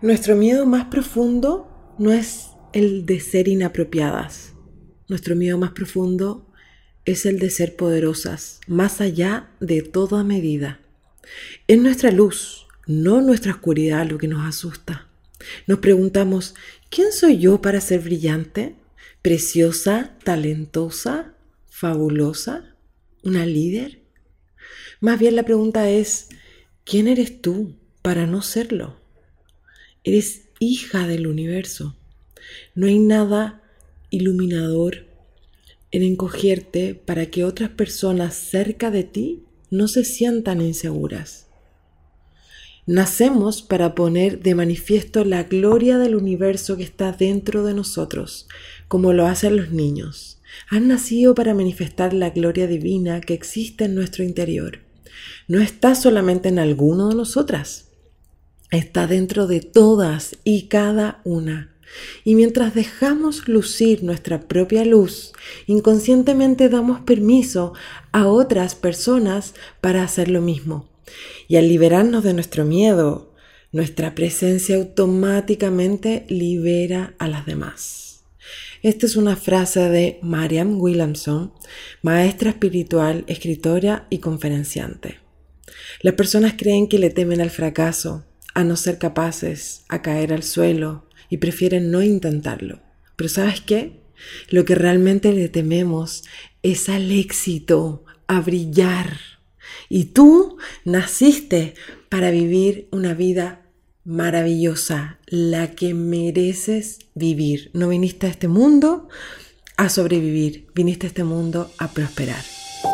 Nuestro miedo más profundo no es el de ser inapropiadas. Nuestro miedo más profundo es el de ser poderosas, más allá de toda medida. Es nuestra luz, no nuestra oscuridad, lo que nos asusta. Nos preguntamos, ¿quién soy yo para ser brillante, preciosa, talentosa, fabulosa, una líder? Más bien la pregunta es, ¿quién eres tú para no serlo? Eres hija del universo. No hay nada iluminador en encogerte para que otras personas cerca de ti no se sientan inseguras. Nacemos para poner de manifiesto la gloria del universo que está dentro de nosotros, como lo hacen los niños. Han nacido para manifestar la gloria divina que existe en nuestro interior. No está solamente en alguno de nosotras. Está dentro de todas y cada una. Y mientras dejamos lucir nuestra propia luz, inconscientemente damos permiso a otras personas para hacer lo mismo. Y al liberarnos de nuestro miedo, nuestra presencia automáticamente libera a las demás. Esta es una frase de Marianne Williamson, maestra espiritual, escritora y conferenciante. Las personas creen que le temen al fracaso, a no ser capaces, a caer al suelo y prefieren no intentarlo. Pero ¿sabes qué? Lo que realmente le tememos es al éxito, a brillar. Y tú naciste para vivir una vida maravillosa, la que mereces vivir. No viniste a este mundo a sobrevivir, viniste a este mundo a prosperar.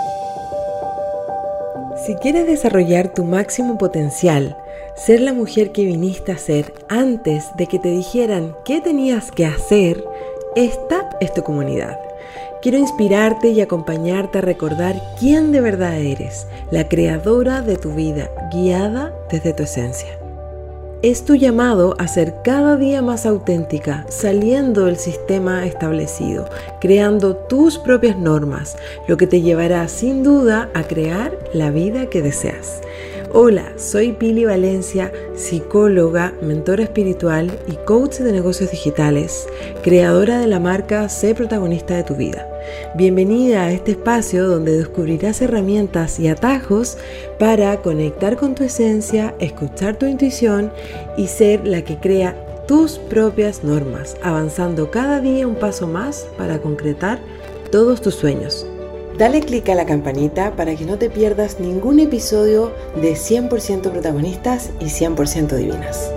Si quieres desarrollar tu máximo potencial, ser la mujer que viniste a ser antes de que te dijeran qué tenías que hacer, esta es tu comunidad. Quiero inspirarte y acompañarte a recordar quién de verdad eres, la creadora de tu vida, guiada desde tu esencia. Es tu llamado a ser cada día más auténtica, saliendo del sistema establecido, creando tus propias normas, lo que te llevará sin duda a crear la vida que deseas. Hola, soy Pili Valencia, psicóloga, mentora espiritual y coach de negocios digitales, creadora de la marca Sé Protagonista de tu Vida. Bienvenida a este espacio donde descubrirás herramientas y atajos para conectar con tu esencia, escuchar tu intuición y ser la que crea tus propias normas, avanzando cada día un paso más para concretar todos tus sueños. Dale click a la campanita para que no te pierdas ningún episodio de 100% protagonistas y 100% divinas.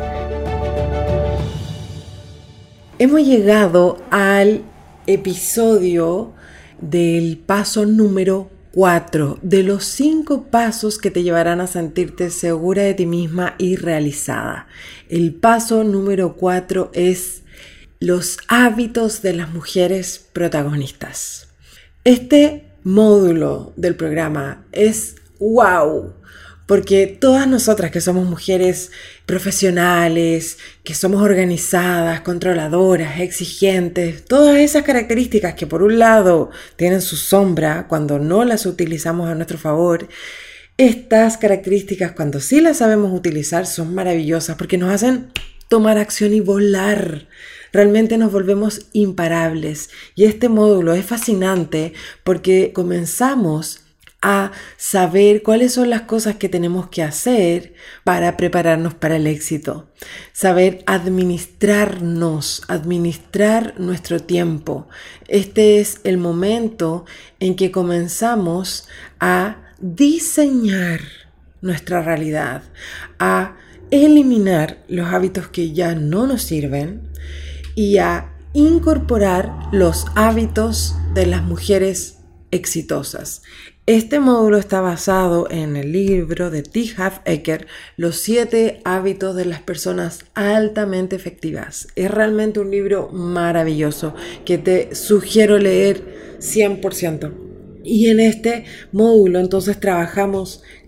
Hemos llegado al episodio del paso número 4, de los 5 pasos que te llevarán a sentirte segura de ti misma y realizada. El paso número 4 es los hábitos de las mujeres protagonistas. Este módulo del programa es wow, porque todas nosotras que somos mujeres profesionales, que somos organizadas, controladoras, exigentes, todas esas características que por un lado tienen su sombra cuando no las utilizamos a nuestro favor, estas características cuando sí las sabemos utilizar son maravillosas porque nos hacen tomar acción y volar. Realmente nos volvemos imparables y este módulo es fascinante porque comenzamos a saber cuáles son las cosas que tenemos que hacer para prepararnos para el éxito. Saber administrarnos, administrar nuestro tiempo. Este es el momento en que comenzamos a diseñar nuestra realidad, a eliminar los hábitos que ya no nos sirven y a incorporar los hábitos de las mujeres exitosas. Este módulo está basado en el libro de T. Harv Eker, Los 7 hábitos de las personas altamente efectivas. Es realmente un libro maravilloso que te sugiero leer 100%. Y en este módulo entonces trabajamos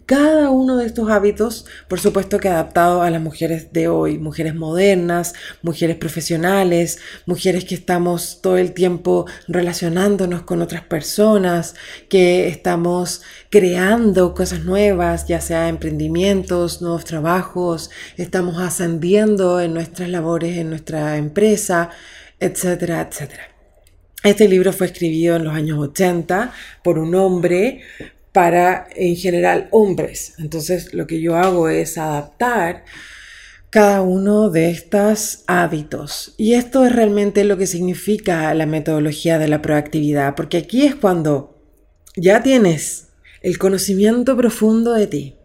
cada uno de estos hábitos, por supuesto que adaptado a las mujeres de hoy, mujeres modernas, mujeres profesionales, mujeres que estamos todo el tiempo relacionándonos con otras personas, que estamos creando cosas nuevas, ya sea emprendimientos, nuevos trabajos, estamos ascendiendo en nuestras labores, en nuestra empresa, etcétera, etcétera. Este libro fue escrito en los años 80 por un hombre para, en general, hombres. Entonces, lo que yo hago es adaptar cada uno de estos hábitos. Y esto es realmente lo que significa la metodología de la proactividad, porque aquí es cuando ya tienes el conocimiento profundo de ti,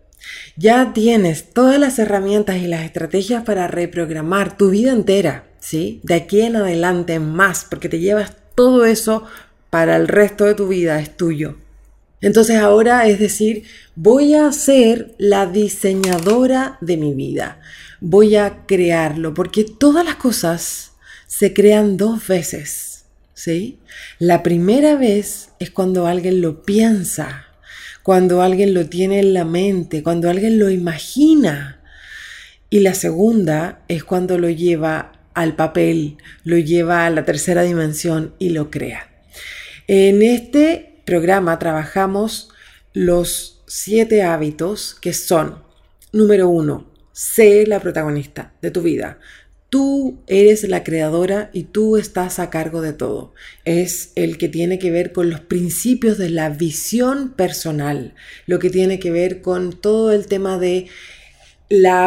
ya tienes todas las herramientas y las estrategias para reprogramar tu vida entera, ¿sí? De aquí en adelante más, porque te llevas todo eso para el resto de tu vida, es tuyo. Entonces ahora es decir, voy a ser la diseñadora de mi vida. Voy a crearlo, porque todas las cosas se crean 2 veces, ¿sí? La primera vez es cuando alguien lo piensa, cuando alguien lo tiene en la mente, cuando alguien lo imagina. Y la segunda es cuando lo lleva al papel, lo lleva a la tercera dimensión y lo crea. En este programa trabajamos los 7 hábitos que son, número 1, sé la protagonista de tu vida. Tú eres la creadora y tú estás a cargo de todo. Es el que tiene que ver con los principios de la visión personal, lo que tiene que ver con todo el tema de la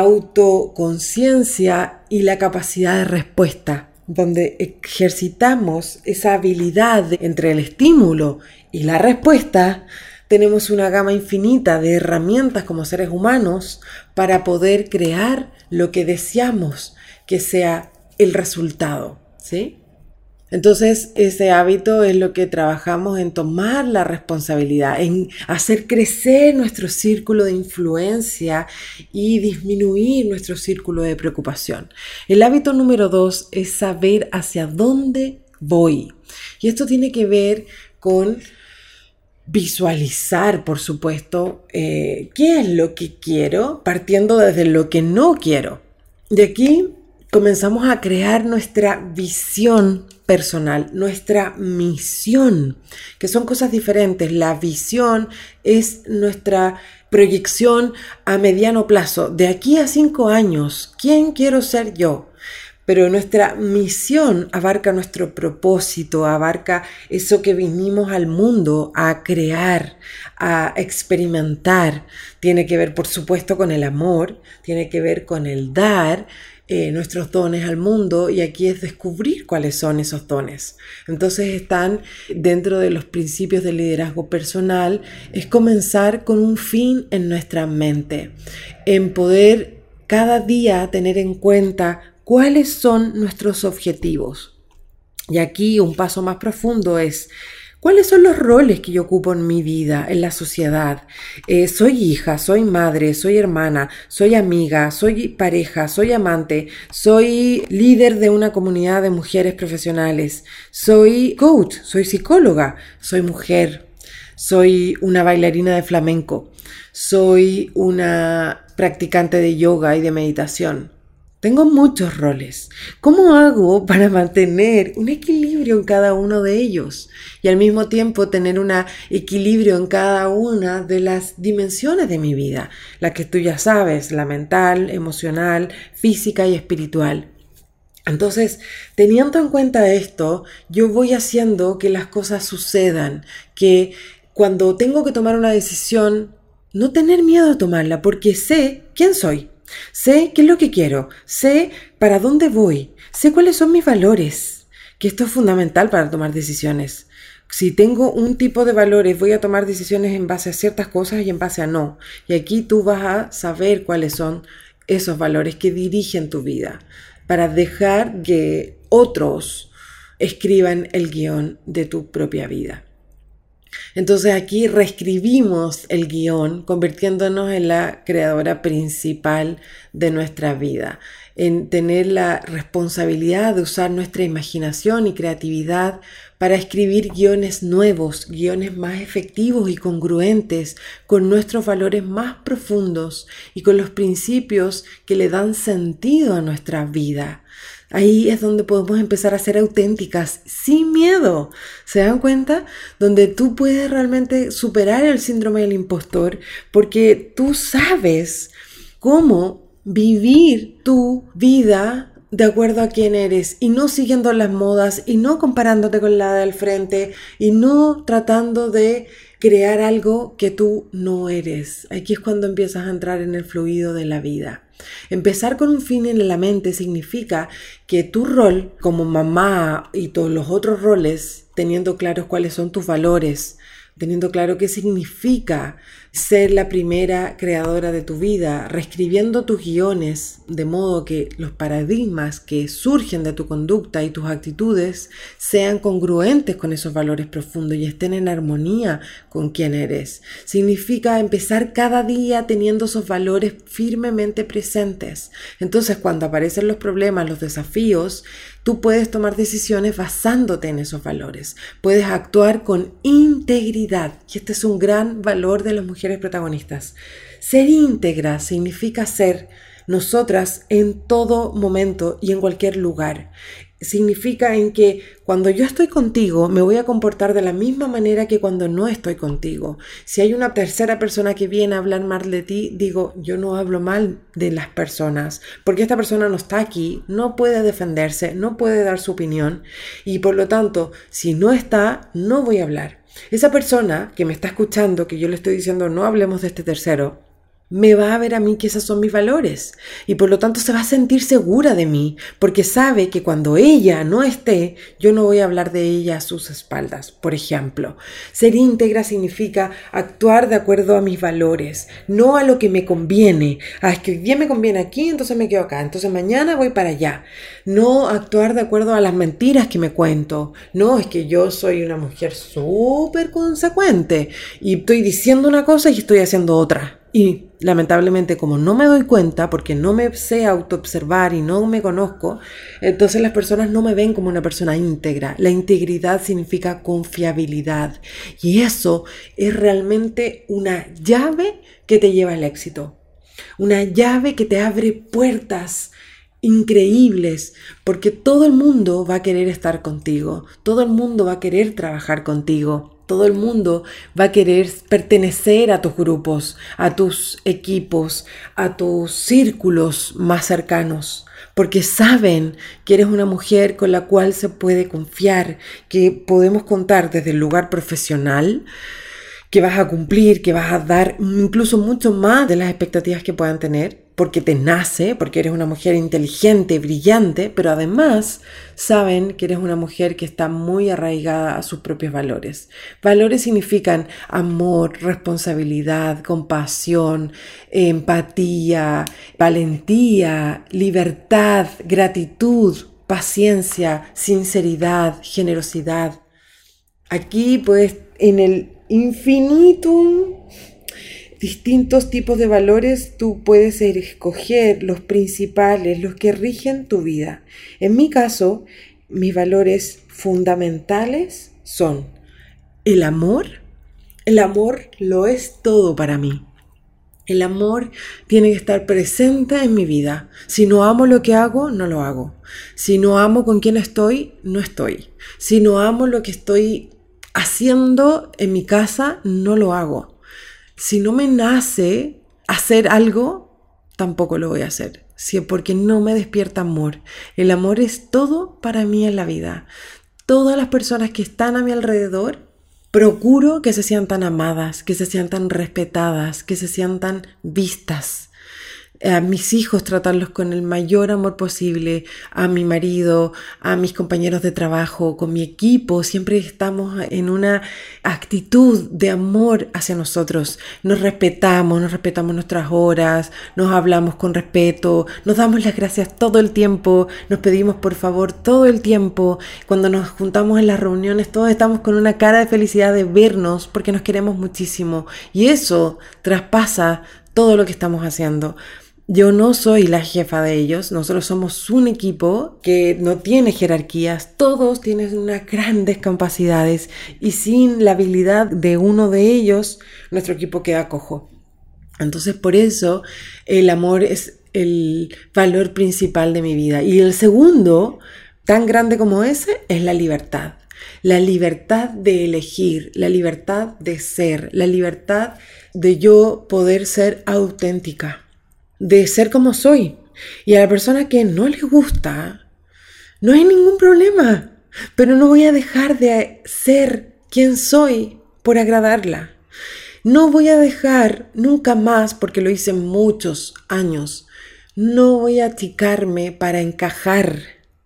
autoconciencia y la capacidad de respuesta, donde ejercitamos esa habilidad entre el estímulo y la respuesta. Tenemos una gama infinita de herramientas como seres humanos para poder crear lo que deseamos que sea el resultado, ¿sí? Entonces, ese hábito es lo que trabajamos en tomar la responsabilidad, en hacer crecer nuestro círculo de influencia y disminuir nuestro círculo de preocupación. El hábito número 2 es saber hacia dónde voy. Y esto tiene que ver con visualizar, por supuesto, qué es lo que quiero, partiendo desde lo que no quiero. De aquí comenzamos a crear nuestra visión personal, nuestra misión, que son cosas diferentes. La visión es nuestra proyección a mediano plazo. De aquí a 5 años, ¿quién quiero ser yo? Pero nuestra misión abarca nuestro propósito, abarca eso que vinimos al mundo a crear, a experimentar. Tiene que ver, por supuesto, con el amor, tiene que ver con el dar nuestros dones al mundo, y aquí es descubrir cuáles son esos dones. Entonces están dentro de los principios del liderazgo personal, es comenzar con un fin en nuestra mente, en poder cada día tener en cuenta cuáles son nuestros objetivos. Y aquí un paso más profundo es: ¿cuáles son los roles que yo ocupo en mi vida, en la sociedad? Soy hija, soy madre, soy hermana, soy amiga, soy pareja, soy amante, soy líder de una comunidad de mujeres profesionales, soy coach, soy psicóloga, soy mujer, soy una bailarina de flamenco, soy una practicante de yoga y de meditación. Tengo muchos roles. ¿Cómo hago para mantener un equilibrio en cada uno de ellos? Y al mismo tiempo tener un equilibrio en cada una de las dimensiones de mi vida. La que tú ya sabes, la mental, emocional, física y espiritual. Entonces, teniendo en cuenta esto, yo voy haciendo que las cosas sucedan. Que cuando tengo que tomar una decisión, no tener miedo a tomarla, porque sé quién soy. Sé qué es lo que quiero, sé para dónde voy, sé cuáles son mis valores, que esto es fundamental para tomar decisiones. Si tengo un tipo de valores, voy a tomar decisiones en base a ciertas cosas y en base a no. Y aquí tú vas a saber cuáles son esos valores que dirigen tu vida, para dejar que otros escriban el guión de tu propia vida. Entonces aquí reescribimos el guión, convirtiéndonos en la creadora principal de nuestra vida. en tener la responsabilidad de usar nuestra imaginación y creatividad para escribir guiones nuevos, guiones más efectivos y congruentes con nuestros valores más profundos y con los principios que le dan sentido a nuestra vida. Ahí es donde podemos empezar a ser auténticas sin miedo. ¿Se dan cuenta? Donde tú puedes realmente superar el síndrome del impostor porque tú sabes cómo vivir tu vida de acuerdo a quién eres y no siguiendo las modas y no comparándote con la del frente y no tratando de crear algo que tú no eres. Aquí es cuando empiezas a entrar en el fluido de la vida. Empezar con un fin en la mente significa que tu rol como mamá y todos los otros roles, teniendo claros cuáles son tus valores, teniendo claro qué significa ser la primera creadora de tu vida, reescribiendo tus guiones de modo que los paradigmas que surgen de tu conducta y tus actitudes sean congruentes con esos valores profundos y estén en armonía con quién eres. Significa empezar cada día teniendo esos valores firmemente presentes. Entonces, cuando aparecen los problemas, los desafíos, tú puedes tomar decisiones basándote en esos valores. Puedes actuar con integridad. Y este es un gran valor de las mujeres protagonistas. Ser íntegra significa ser nosotras en todo momento y en cualquier lugar. Significa en que cuando yo estoy contigo me voy a comportar de la misma manera que cuando no estoy contigo. Si hay una tercera persona que viene a hablar mal de ti, digo, yo no hablo mal de las personas, porque esta persona no está aquí, no puede defenderse, no puede dar su opinión y por lo tanto, si no está, no voy a hablar. Esa persona que me está escuchando, que yo le estoy diciendo no hablemos de este tercero, me va a ver a mí que esos son mis valores y por lo tanto se va a sentir segura de mí porque sabe que cuando ella no esté, yo no voy a hablar de ella a sus espaldas. Por ejemplo, ser íntegra significa actuar de acuerdo a mis valores, no a lo que me conviene. Es que hoy día me conviene aquí, entonces me quedo acá, entonces mañana voy para allá. No actuar de acuerdo a las mentiras que me cuento. No, es que yo soy una mujer súper consecuente y estoy diciendo una cosa y estoy haciendo otra. Y lamentablemente como no me doy cuenta porque no me sé autoobservar y no me conozco, entonces las personas no me ven como una persona íntegra. La integridad significa confiabilidad y eso es realmente una llave que te lleva al éxito. Una llave que te abre puertas increíbles porque todo el mundo va a querer estar contigo, todo el mundo va a querer trabajar contigo. Todo el mundo va a querer pertenecer a tus grupos, a tus equipos, a tus círculos más cercanos, porque saben que eres una mujer con la cual se puede confiar, que podemos contar desde el lugar profesional, que vas a cumplir, que vas a dar incluso mucho más de las expectativas que puedan tener, porque te nace, porque eres una mujer inteligente, brillante, pero además saben que eres una mujer que está muy arraigada a sus propios valores. Valores significan amor, responsabilidad, compasión, empatía, valentía, libertad, gratitud, paciencia, sinceridad, generosidad. Aquí pues en el infinitum distintos tipos de valores, tú puedes escoger los principales, los que rigen tu vida. En mi caso, mis valores fundamentales son el amor. El amor lo es todo para mí. El amor tiene que estar presente en mi vida. Si no amo lo que hago, no lo hago. Si no amo con quién estoy, no estoy. Si no amo lo que estoy haciendo en mi casa, no lo hago. Si no me nace hacer algo, tampoco lo voy a hacer. Sí, porque no me despierta amor. El amor es todo para mí en la vida. Todas las personas que están a mi alrededor, procuro que se sientan amadas, que se sientan respetadas, que se sientan vistas. A mis hijos tratarlos con el mayor amor posible, a mi marido, a mis compañeros de trabajo, con mi equipo, siempre estamos en una actitud de amor hacia nosotros. Nos respetamos nuestras horas, nos hablamos con respeto, nos damos las gracias todo el tiempo, nos pedimos por favor todo el tiempo. Cuando nos juntamos en las reuniones todos estamos con una cara de felicidad de vernos porque nos queremos muchísimo y eso traspasa todo lo que estamos haciendo. Yo no soy la jefa de ellos, nosotros somos un equipo que no tiene jerarquías, todos tienen unas grandes capacidades y sin la habilidad de uno de ellos, nuestro equipo queda cojo. Entonces por eso el amor es el valor principal de mi vida. Y el segundo, tan grande como ese, es la libertad. La libertad de elegir, la libertad de ser, la libertad de yo poder ser auténtica, de ser como soy. Y a la persona que no le gusta, no hay ningún problema, pero no voy a dejar de ser quien soy por agradarla. No voy a dejar nunca más, porque lo hice muchos años, no voy a achicarme para encajar,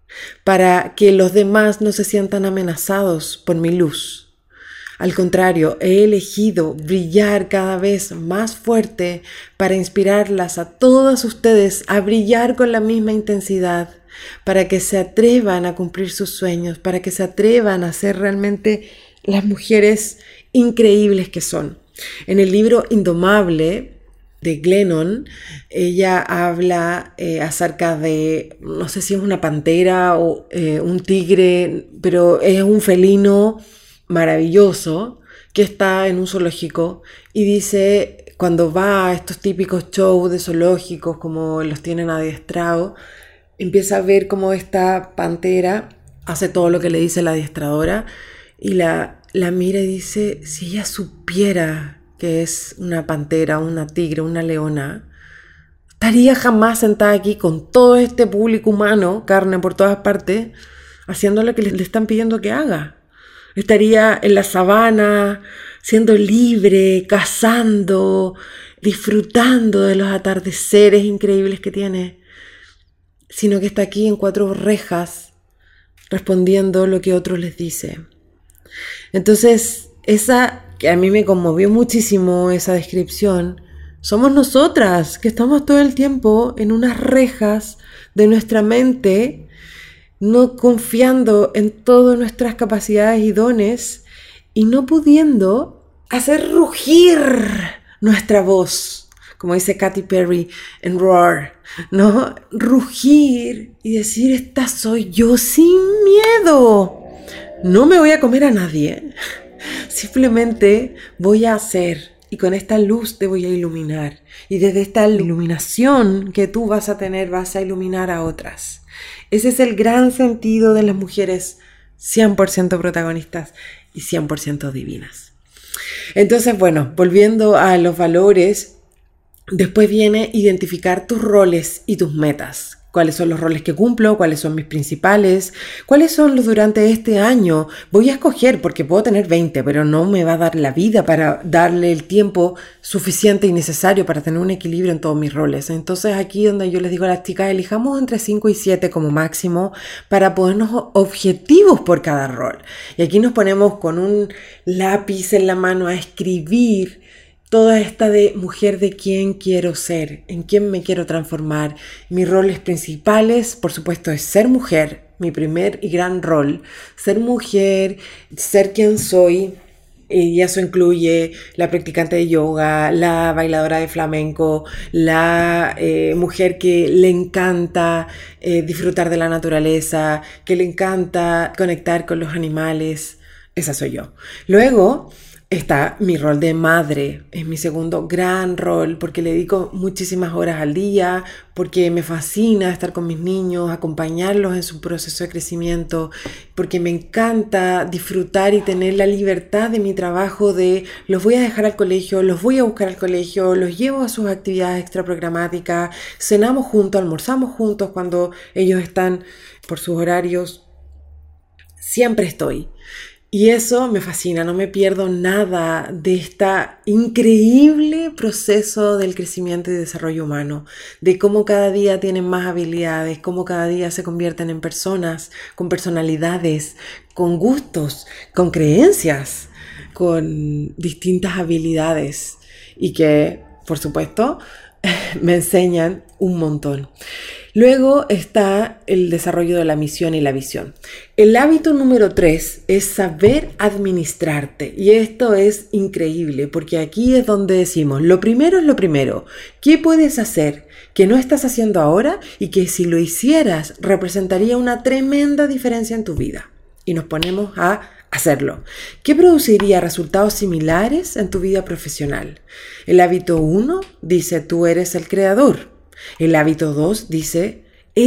para que los demás no se sientan amenazados por mi luz. Al contrario, he elegido brillar cada vez más fuerte para inspirarlas a todas ustedes a brillar con la misma intensidad, para que se atrevan a cumplir sus sueños, para que se atrevan a ser realmente las mujeres increíbles que son. En el libro Indomable de Glennon, ella habla acerca de, no sé si es una pantera o un tigre, pero es un felino maravilloso que está en un zoológico y dice, cuando va a estos típicos shows de zoológicos como los tienen adiestrados, empieza a ver cómo esta pantera hace todo lo que le dice la adiestradora y la mira y dice, si ella supiera que es una pantera, una tigre, una leona, estaría jamás sentada aquí con todo este público humano, carne por todas partes, haciendo lo que le están pidiendo que haga. Estaría en la sabana, siendo libre, cazando, disfrutando de los atardeceres increíbles que tiene, sino que está aquí en 4 rejas, respondiendo lo que otro les dice. Entonces, esa que a mí me conmovió muchísimo, esa descripción, somos nosotras que estamos todo el tiempo en unas rejas de nuestra mente, no confiando en todas nuestras capacidades y dones y no pudiendo hacer rugir nuestra voz, como dice Katy Perry en Roar, ¿no? Rugir y decir, esta soy yo sin miedo. No me voy a comer a nadie, simplemente voy a hacer y con esta luz te voy a iluminar y desde esta iluminación que tú vas a tener vas a iluminar a otras. Ese es el gran sentido de las mujeres 100% protagonistas y 100% divinas. Entonces, bueno, volviendo a los valores, después viene identificar tus roles y tus metas. ¿Cuáles son los roles que cumplo? ¿Cuáles son mis principales? ¿Cuáles son los durante este año? Voy a escoger porque puedo tener 20, pero no me va a dar la vida para darle el tiempo suficiente y necesario para tener un equilibrio en todos mis roles. Entonces aquí donde yo les digo a las chicas, elijamos entre 5 y 7 como máximo para ponernos objetivos por cada rol. Y aquí nos ponemos con un lápiz en la mano a escribir toda esta de mujer de quién quiero ser, en quién me quiero transformar. Mis roles principales, por supuesto, es ser mujer, mi primer y gran rol. Ser mujer, ser quien soy, y eso incluye la practicante de yoga, la bailadora de flamenco, la mujer que le encanta disfrutar de la naturaleza, que le encanta conectar con los animales. Esa soy yo. Luego está mi rol de madre, es mi segundo gran rol porque le dedico muchísimas horas al día, porque me fascina estar con mis niños, acompañarlos en su proceso de crecimiento, porque me encanta disfrutar y tener la libertad de mi trabajo de los voy a dejar al colegio, los voy a buscar al colegio, los llevo a sus actividades extraprogramáticas, cenamos juntos, almorzamos juntos cuando ellos están por sus horarios, siempre estoy. Y eso me fascina, no me pierdo nada de este increíble proceso del crecimiento y desarrollo humano, de cómo cada día tienen más habilidades, cómo cada día se convierten en personas con personalidades, con gustos, con creencias, con distintas habilidades y que, por supuesto, me enseñan un montón. Luego está el desarrollo de la misión y la visión. El hábito número 3 es saber administrarte. Y esto es increíble porque aquí es donde decimos, lo primero es lo primero. ¿Qué puedes hacer que no estás haciendo ahora y que si lo hicieras representaría una tremenda diferencia en tu vida? Y nos ponemos a hacerlo. ¿Qué produciría resultados similares en tu vida profesional? El hábito 1 dice, tú eres el creador. El hábito 2 dice,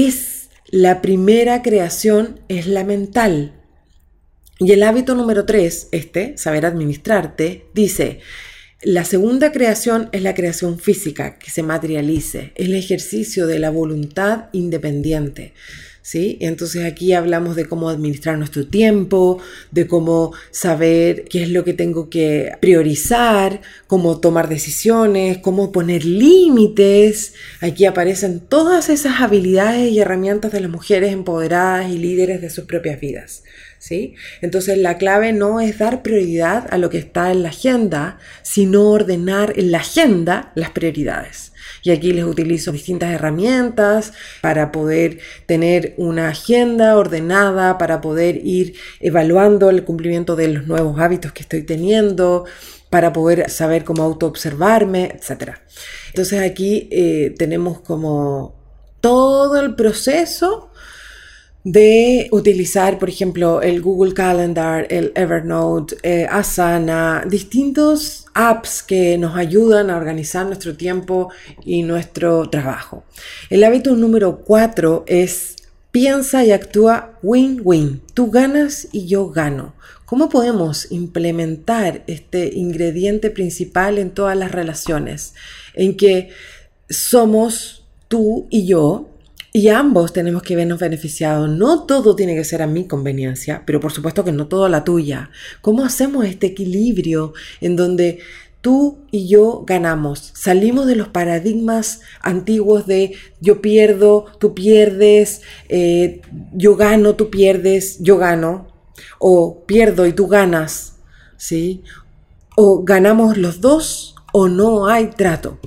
la primera creación es la mental. Y el hábito número 3, saber administrarte, dice, la segunda creación es la creación física, que se materialice, es el ejercicio de la voluntad independiente. ¿Sí? Entonces aquí hablamos de cómo administrar nuestro tiempo, de cómo saber qué es lo que tengo que priorizar, cómo tomar decisiones, cómo poner límites. Aquí aparecen todas esas habilidades y herramientas de las mujeres empoderadas y líderes de sus propias vidas. ¿Sí? Entonces la clave no es dar prioridad a lo que está en la agenda, sino ordenar en la agenda las prioridades. Y aquí les utilizo distintas herramientas para poder tener una agenda ordenada, para poder ir evaluando el cumplimiento de los nuevos hábitos que estoy teniendo, para poder saber cómo autoobservarme, etc. Entonces aquí tenemos como todo el proceso de utilizar, por ejemplo, el Google Calendar, el Evernote, Asana, distintos apps que nos ayudan a organizar nuestro tiempo y nuestro trabajo. El hábito número 4 es piensa y actúa win-win. Tú ganas y yo gano. ¿Cómo podemos implementar este ingrediente principal en todas las relaciones? En que somos tú y yo, y ambos tenemos que vernos beneficiados. No todo tiene que ser a mi conveniencia, pero por supuesto que no todo a la tuya. ¿Cómo hacemos este equilibrio en donde tú y yo ganamos? Salimos de los paradigmas antiguos de yo pierdo, tú pierdes, yo gano, tú pierdes, yo gano, o pierdo y tú ganas, ¿sí? O ganamos los dos o no hay trato.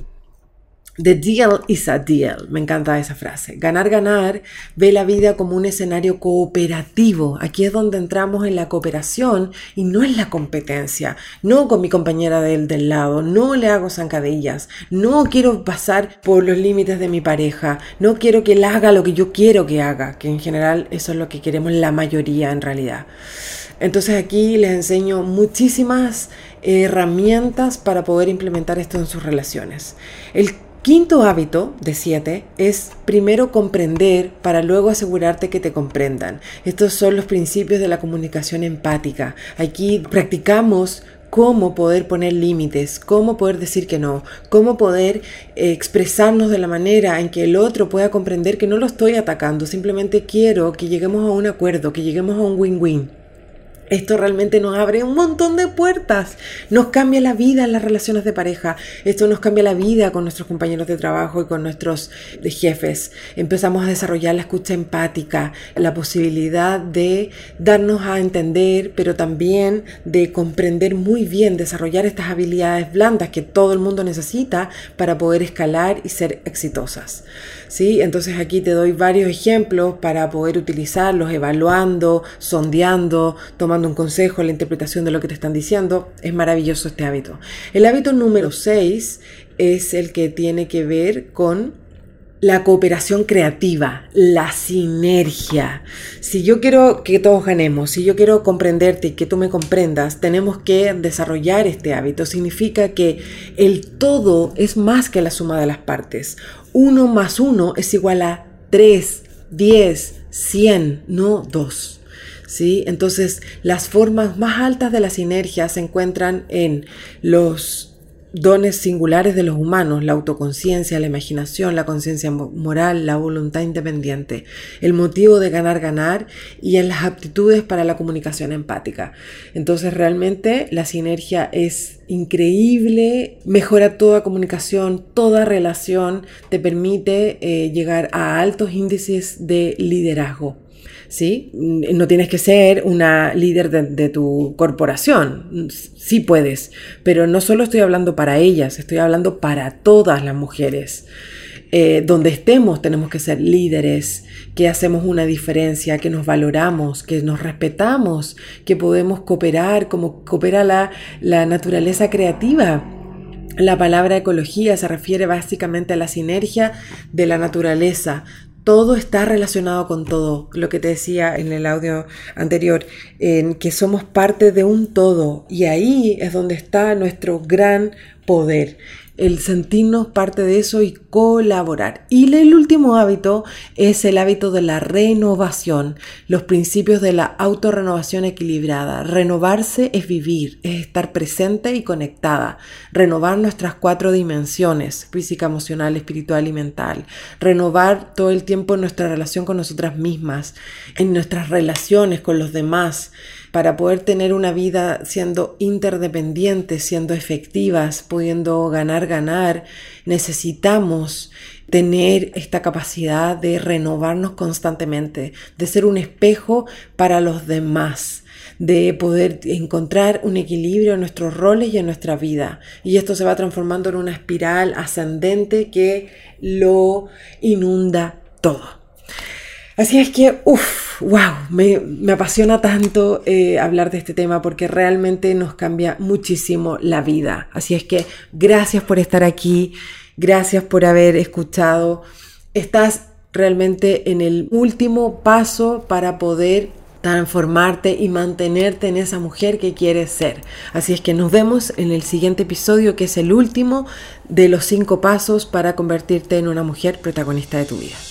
The deal is a deal. Me encanta esa frase. Ganar, ganar, ve la vida como un escenario cooperativo. Aquí es donde entramos en la cooperación y no en la competencia. No con mi compañera del lado, no le hago zancadillas, no quiero pasar por los límites de mi pareja, no quiero que él haga lo que yo quiero que haga, que en general eso es lo que queremos la mayoría en realidad. Entonces aquí les enseño muchísimas herramientas para poder implementar esto en sus relaciones. El quinto hábito de 7 es primero comprender para luego asegurarte que te comprendan. Estos son los principios de la comunicación empática. Aquí practicamos cómo poder poner límites, cómo poder decir que no, cómo poder expresarnos de la manera en que el otro pueda comprender que no lo estoy atacando, simplemente quiero que lleguemos a un acuerdo, que lleguemos a un win-win. Esto realmente nos abre un montón de puertas, nos cambia la vida en las relaciones de pareja, esto nos cambia la vida con nuestros compañeros de trabajo y con nuestros jefes. Empezamos a desarrollar la escucha empática, la posibilidad de darnos a entender, pero también de comprender muy bien, desarrollar estas habilidades blandas que todo el mundo necesita para poder escalar y ser exitosas. ¿Sí? Entonces aquí te doy varios ejemplos para poder utilizarlos, evaluando, sondeando, tomando un consejo, la interpretación de lo que te están diciendo. Es maravilloso este hábito. El hábito número 6 es el que tiene que ver con la cooperación creativa, la sinergia. Si yo quiero que todos ganemos, si yo quiero comprenderte y que tú me comprendas, tenemos que desarrollar este hábito. Significa que el todo es más que la suma de las partes. 1 más 1 es igual a 3, 10, 100, no 2. ¿Sí? Entonces, las formas más altas de la sinergia se encuentran en los dones singulares de los humanos, la autoconciencia, la imaginación, la conciencia moral, la voluntad independiente, el motivo de ganar, ganar y en las aptitudes para la comunicación empática. Entonces realmente la sinergia es increíble, mejora toda comunicación, toda relación, te permite llegar a altos índices de liderazgo. ¿sí? No tienes que ser una líder de tu corporación, sí puedes, pero no solo estoy hablando para ellas, estoy hablando para todas las mujeres. Donde estemos tenemos que ser líderes, que hacemos una diferencia, que nos valoramos, que nos respetamos, que podemos cooperar como coopera la naturaleza creativa. La palabra ecología se refiere básicamente a la sinergia de la naturaleza. Todo está relacionado con todo, lo que te decía en el audio anterior, en que somos parte de un todo, y ahí es donde está nuestro gran poder, el sentirnos parte de eso y colaborar. Y el último hábito es el hábito de la renovación, los principios de la autorrenovación equilibrada. Renovarse es vivir, es estar presente y conectada, renovar nuestras 4 dimensiones, física, emocional, espiritual y mental, renovar todo el tiempo nuestra relación con nosotras mismas, en nuestras relaciones con los demás, para poder tener una vida siendo interdependientes, siendo efectivas, pudiendo ganar, necesitamos tener esta capacidad de renovarnos constantemente, de ser un espejo para los demás, de poder encontrar un equilibrio en nuestros roles y en nuestra vida. Y esto se va transformando en una espiral ascendente que lo inunda todo. Así es que, me apasiona tanto hablar de este tema porque realmente nos cambia muchísimo la vida. Así es que gracias por estar aquí, gracias por haber escuchado. Estás realmente en el último paso para poder transformarte y mantenerte en esa mujer que quieres ser. Así es que nos vemos en el siguiente episodio, que es el último de los 5 pasos para convertirte en una mujer protagonista de tu vida.